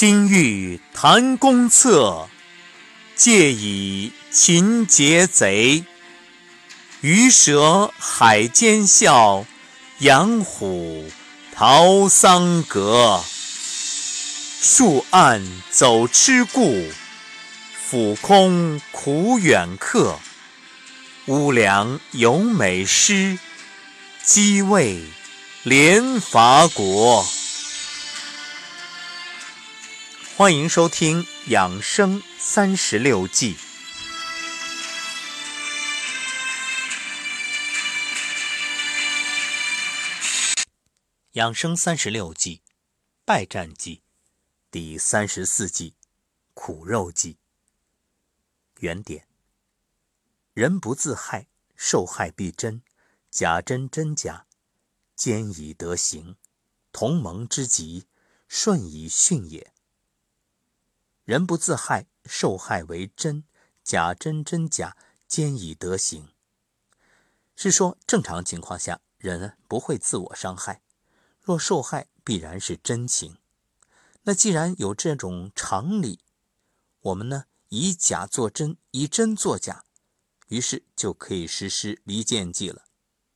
金玉谈公策，借以擒劫贼。鱼蛇海间笑，养虎逃桑阁。树暗走痴故，俯空苦远客。屋梁有美诗，鸡卫连伐国。欢迎收听养生36计。养生36计，败战计，第34计，苦肉计。原点：人不自害，受害必真，假真真假，奸以德行，同盟之极，顺以训也。人不自害，受害为真，假真真假，奸以德行。是说正常情况下，人不会自我伤害，若受害必然是真情。那既然有这种常理，我们呢以假作真，以真作假，于是就可以实施离间计了。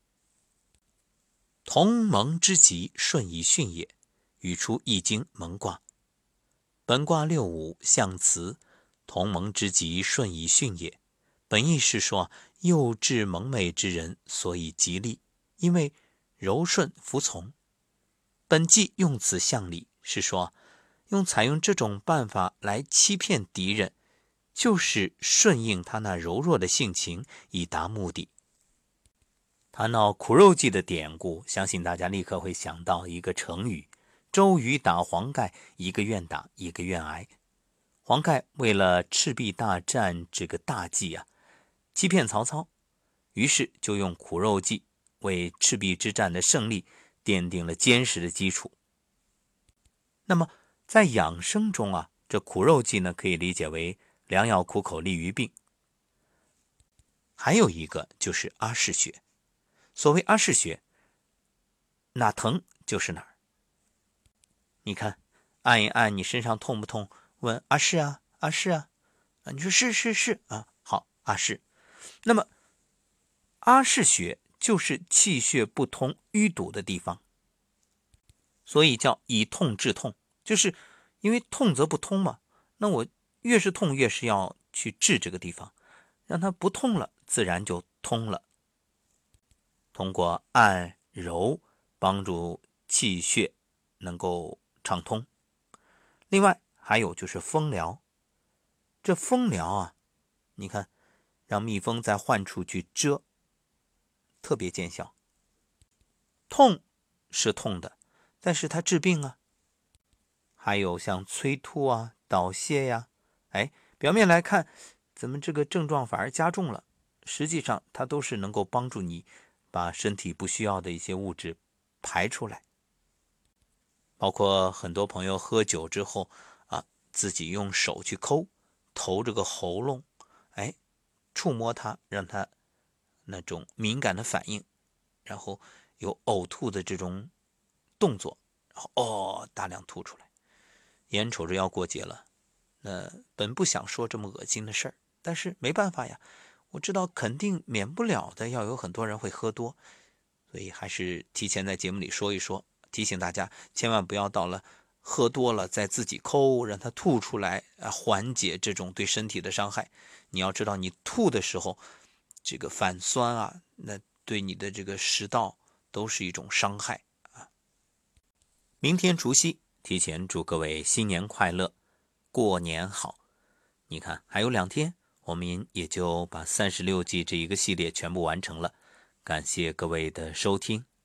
同盟之极，顺以训也，语出易经蒙卦。本卦6五象辞，同盟之极，顺以训也。本意是说，幼稚蒙昧之人所以吉利，因为柔顺服从。本纪用此象理，是说采用这种办法来欺骗敌人，就是顺应他那柔弱的性情，以达目的。谈到苦肉计的典故，相信大家立刻会想到一个成语：周瑜打黄盖，一个愿打，一个愿挨。黄盖为了赤壁大战这个大计欺骗曹操，于是就用苦肉计为赤壁之战的胜利奠定了坚实的基础。那么在养生中这苦肉计呢，可以理解为良药苦口利于病。还有一个就是阿是穴。所谓阿是穴，哪疼就是哪儿。你看，按一按你身上痛不痛？问阿是啊，阿是啊，你说是好，阿是。那么阿是穴就是气血不通淤堵的地方，所以叫以痛治痛，就是因为痛则不通嘛，那我越是痛越是要去治这个地方，让它不痛了，自然就通了。通过按揉帮助气血能够畅通。另外还有就是蜂疗，这蜂疗你看让蜜蜂在患处去蛰，特别见效。痛是痛的，但是它治病还有像催吐导泻表面来看怎么这个症状反而加重了，实际上它都是能够帮助你把身体不需要的一些物质排出来。包括很多朋友喝酒之后自己用手去投这个喉咙，触摸它，让它那种敏感的反应，然后有呕吐的这种动作，然后大量吐出来。眼瞅着要过节了，那本不想说这么恶心的事儿，但是没办法呀，我知道肯定免不了的要有很多人会喝多，所以还是提前在节目里说一说，提醒大家千万不要到了喝多了再自己让它吐出来缓解这种对身体的伤害。你要知道，你吐的时候这个反酸那对你的这个食道都是一种伤害明天除夕，提前祝各位新年快乐，过年好。你看还有2天，我们也就把36计这一个系列全部完成了。感谢各位的收听。